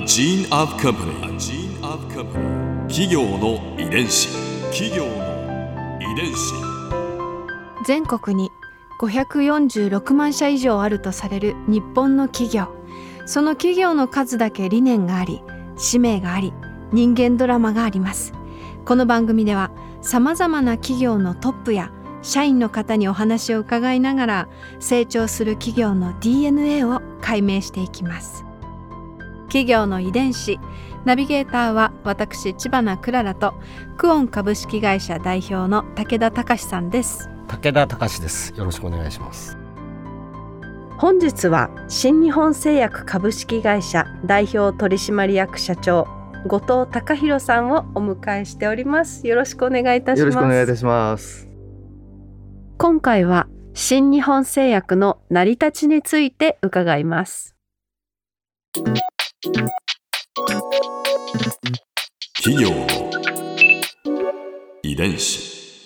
gene of company. A gene of company. 企業の遺伝子。企業の遺伝子。 全国に546万社以上あるとされる日本の企業。その企業の数だけ理念があり、使命があり、人間ドラマがあります。この番組ではさまざまな企業のトップや社員の方にお話を伺いながら、成長する企業の DNA を解明していきます。企業の遺伝子、ナビゲーターは私知花くららと、クオン株式会社代表の武田隆さんです。 武田隆です。よろしくお願いします。 本日は新日本製薬株式会社代表取締役社長後藤隆弘さんをお迎えしております。よろしくお願いいたします。 よろしくお願いいたします。 今回は新日本製薬の成り立ちについて伺います。 企業の遺伝子。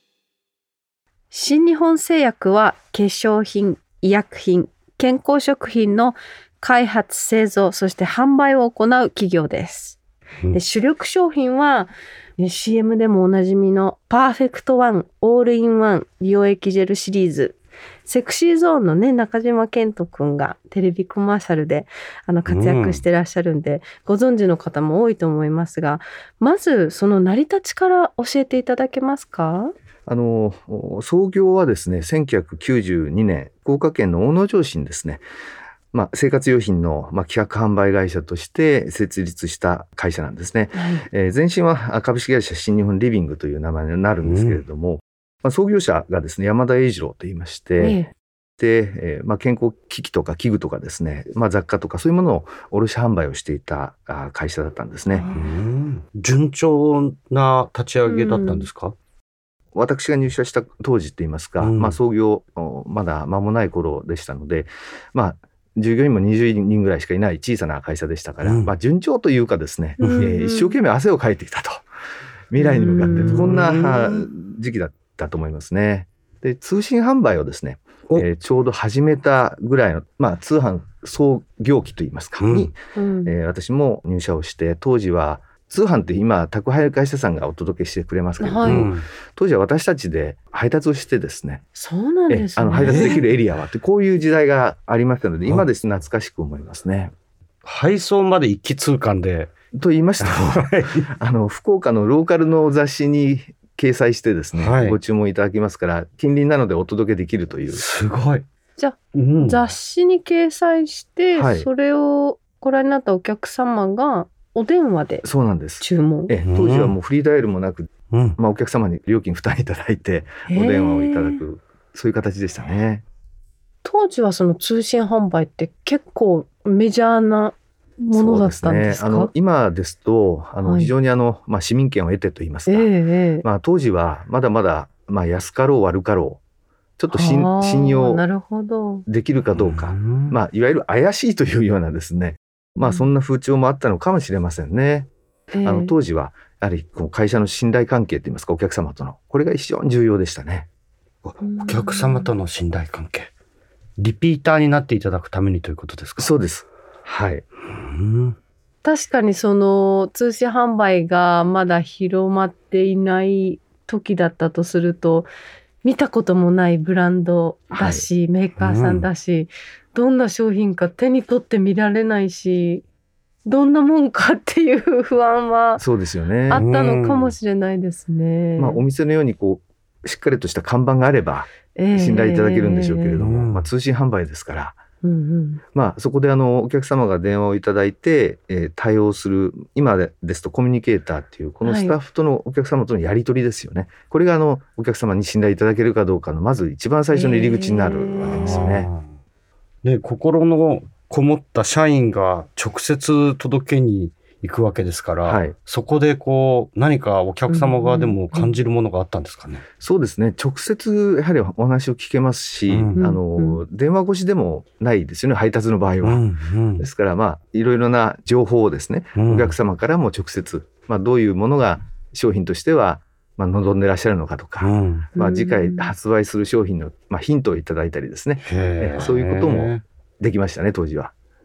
新日本製薬は化粧品、医薬品、健康食品の開発、製造、そして販売を行う企業です。で、主力商品は、CM でもおなじみのパーフェクトワンオールインワン美容液ジェルシリーズ、セクシーゾーンのね、中島健人くんがテレビコマーシャルで活躍してらっしゃるんで、ご存知の方も多いと思いますが、まずその成り立ちから教えていただけますか？ 創業はですね、1992年福岡県の大野城市にですね、生活用品の企画販売会社として設立した会社なんですね。前身は株式会社新日本リビングという名前になるんですけれども、創業者がですね、山田栄二郎といいまして、で、健康機器とか器具とかですね、雑貨とかそういうものを卸販売をしていた会社だったんですね。 順調な立ち上げだったんですか？ 私が入社した当時といいますか、創業まだ間もない頃でしたので、従業員も20人ぐらいしかいない小さな会社でしたから、順調というかですね、一生懸命汗をかいてきたと、未来に向かってこんな時期だったと思いますね。で、通信販売をですね、ちょうど始めたぐらいの、通販創業期といいますかに、私も入社をして、当時は通販って今宅配会社さんがお届けしてくれますけれども、当時は私たちで配達をしてですね、 そうなんですね、 配達できるエリアはって、こういう時代がありましたので、今ですね、懐かしく思いますね。 配送まで一気通貫でと言いましたも福岡のローカルの雑誌に掲載してですね、ご注文いただきますから、近隣なのでお届けできるという。 すごい。 じゃあ、雑誌に掲載して、それをご覧になったお客様がお電話で注文。 そうなんです。当時はもうフリーダイヤルもなく、お客様に料金負担いただいてお電話をいただく、そういう形でしたね。 当時はその通信販売って結構メジャーなものだったんですか？ そうですね、今ですと非常に市民権を得てといいますか、当時はまだまだ、安かろう悪かろう、ちょっと信用できるかどうか、いわゆる怪しいというようなですね、そんな風潮もあったのかもしれませんね。当時はやはりこう会社の信頼関係といいますか、お客様との、これが非常に重要でしたね。 お客様との信頼関係、リピーターになっていただくためにということですか？ そうです。はい。 確かにその通信販売がまだ広まっていない時だったとすると、見たこともないブランドだし、メーカーさんだし、どんな商品か手に取って見られないし、どんなもんかっていう不安はそうですよね。 あったのかもしれないですね。 お店のようにこうしっかりとした看板があれば信頼いただけるんでしょうけれども、通信販売ですから、そこでお客様が電話をいただいて、対応する、今ですとコミュニケーターっていうこのスタッフとのお客様とのやり取りですよね。これがお客様に信頼いただけるかどうかのまず一番最初の入り口になるわけですよね。 で、心のこもった社員が直接届けに行くわけですから、そこでこう何かお客様側でも感じるものがあったんですかね？ そうですね、直接やはりお話を聞けますし、電話越しでもないですよね、配達の場合は。ですからいろいろな情報をですね、お客様からも直接、どういうものが商品としては望んでらっしゃるのかとか、次回発売する商品のヒントをいただいたりですね、そういうこともできましたね、当時は。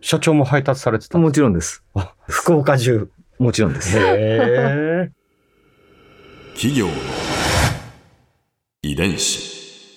社長も配達されてたんですか？ もちろんです。 福岡中。 もちろんです。 企業の遺伝子。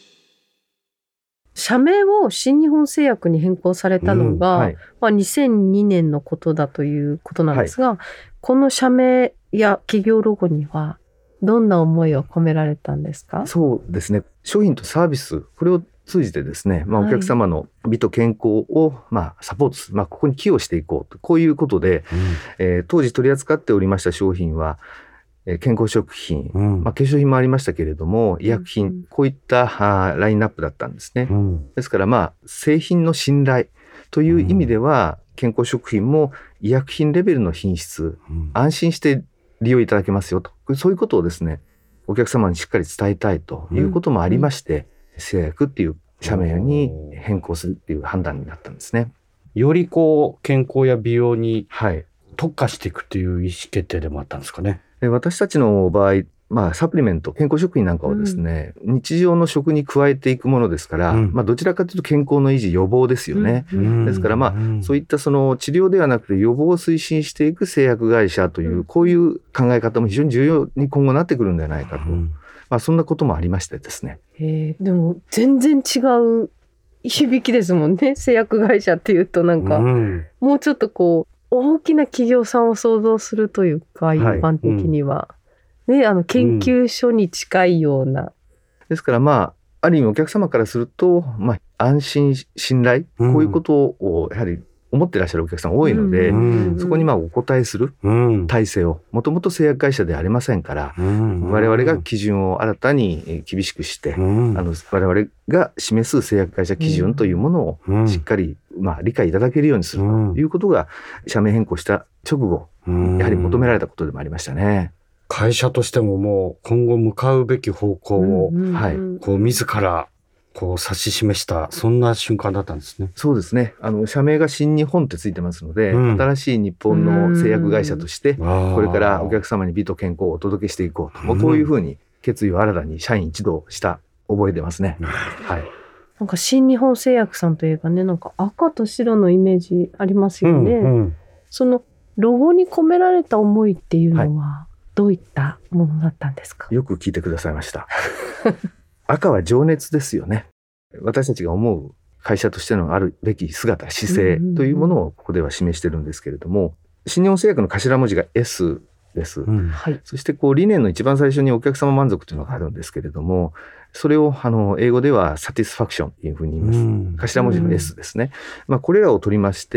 社名を新日本製薬に変更されたのが、2002年のことだということなんですが、この社名や企業ロゴにはどんな思いを込められたんですか？ そうですね。商品とサービス、これを通じてですね、お客様の美と健康をサポートする、ここに寄与していこうと、こういうことで、当時取り扱っておりました商品は、健康食品、化粧品もありましたけれども、医薬品、こういったラインナップだったんですね。ですから製品の信頼という意味では、健康食品も医薬品レベルの品質、安心して利用いただけますよと、そういうことをですね、お客様にしっかり伝えたいということもありまして、製薬っていう社名に変更するっていう判断になったんですね。 より健康や美容に特化していくという意思決定でもあったんですかね。 私たちの場合、サプリメント、健康食品なんかをですね、日常の食に加えていくものですから、どちらかというと健康の維持、予防ですよね。ですからそういったその治療ではなくて予防を推進していく製薬会社という、こういう考え方も非常に重要に今後なってくるんじゃないかと、そんなこともありましてですね。 でも全然違う響きですもんね。製薬会社っていうとなんか、もうちょっと大きな企業さんを想像するというか、一般的には。研究所に近いような。 ですからある意味お客様からすると、安心信頼、こういうことをやはり思ってらっしゃるお客さん多いので、そこにお答えする体制を、もともと製薬会社ではありませんから、我々が基準を新たに厳しくして、我々が示す製薬会社基準というものをしっかり理解いただけるようにするということが、社名変更した直後、やはり求められたことでもありましたね。 会社としてももう今後向かうべき方向を自ら指し示したそんな瞬間だったんですね。 そうですね。社名が新日本ってついてますので、新しい日本の製薬会社としてこれからお客様に美と健康をお届けしていこうと、こういうふうに決意を新たに社員一同した覚えてますね。 なんか新日本製薬さんといえばね、なんか赤と白のイメージありますよね。そのロゴに込められた思いっていうのは、どういったものだったんですか？ よく聞いてくださいました。赤は情熱ですよね。私たちが思う会社としてのあるべき姿、姿勢というものをここでは示してるんですけれども、新日本製薬の頭文字が S です。そして理念の一番最初にお客様満足というのがあるんですけれども、それを英語ではサティスファクションというふうに言います。頭文字の S ですね。これらを取りまして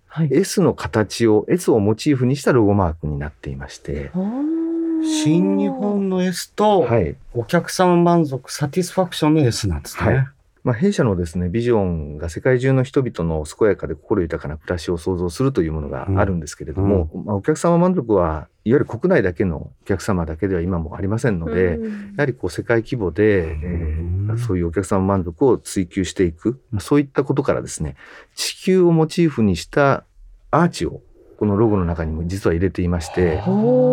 、S の形を S をモチーフにしたロゴマークになっていまして、 新日本の S とお客様満足、サティスファクションの S なんですね。 弊社のですね、ビジョンが世界中の人々の健やかで心豊かな暮らしを創造するというものがあるんですけれども、お客様満足はいわゆる国内だけのお客様だけでは今もありませんので、やはり世界規模で、そういうお客様満足を追求していく、そういったことからですね、地球をモチーフにしたアーチをこのロゴの中にも実は入れていまして、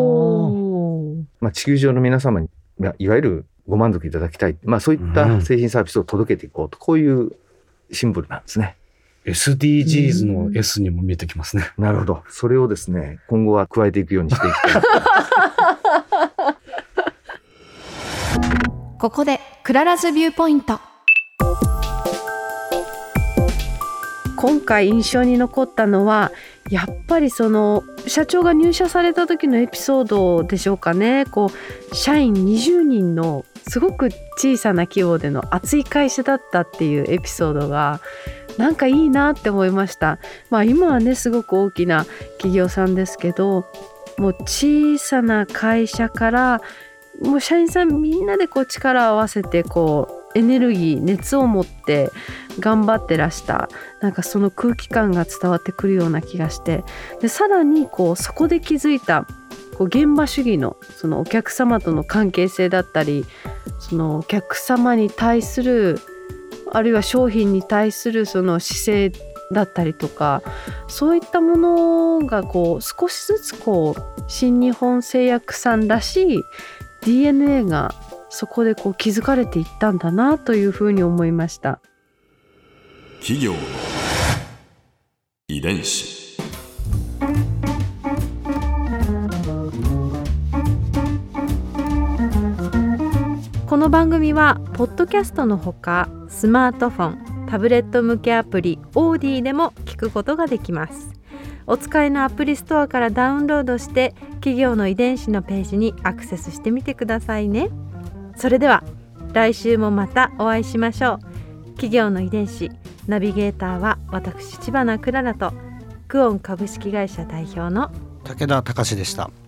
地球上の皆様にいわゆるご満足いただきたい、そういった製品サービスを届けていこうと、こういうシンボルなんですね。 SDGs の S にも見えてきますね。 なるほど。それをですね、今後は加えていくようにしていきたい。 ここでクララズビューポイント。今回印象に残ったのはやっぱりその社長が入社された時のエピソードでしょうかね。社員20人のすごく小さな規模での熱い会社だったっていうエピソードがなんかいいなって思いました。今はねすごく大きな企業さんですけど、もう小さな会社からもう社員さんみんなで力を合わせてエネルギー熱を持って頑張ってらした、なんかその空気感が伝わってくるような気がして、でさらにそこで気づいた現場主義のそのお客様との関係性だったり、そのお客様に対するあるいは商品に対するその姿勢だったりとか、そういったものが少しずつ新日本製薬さんらしい DNA がそこで気づかれていったんだなというふうに思いました。 企業の遺伝子。 この番組はポッドキャストのほかスマートフォン、タブレット向けアプリオーディでも聞くことができます。お使いのアプリストアからダウンロードして企業の遺伝子のページにアクセスしてみてくださいね。それでは来週もまたお会いしましょう。企業の遺伝子ナビゲーターは私知花くららとクオン株式会社代表の武田隆でした。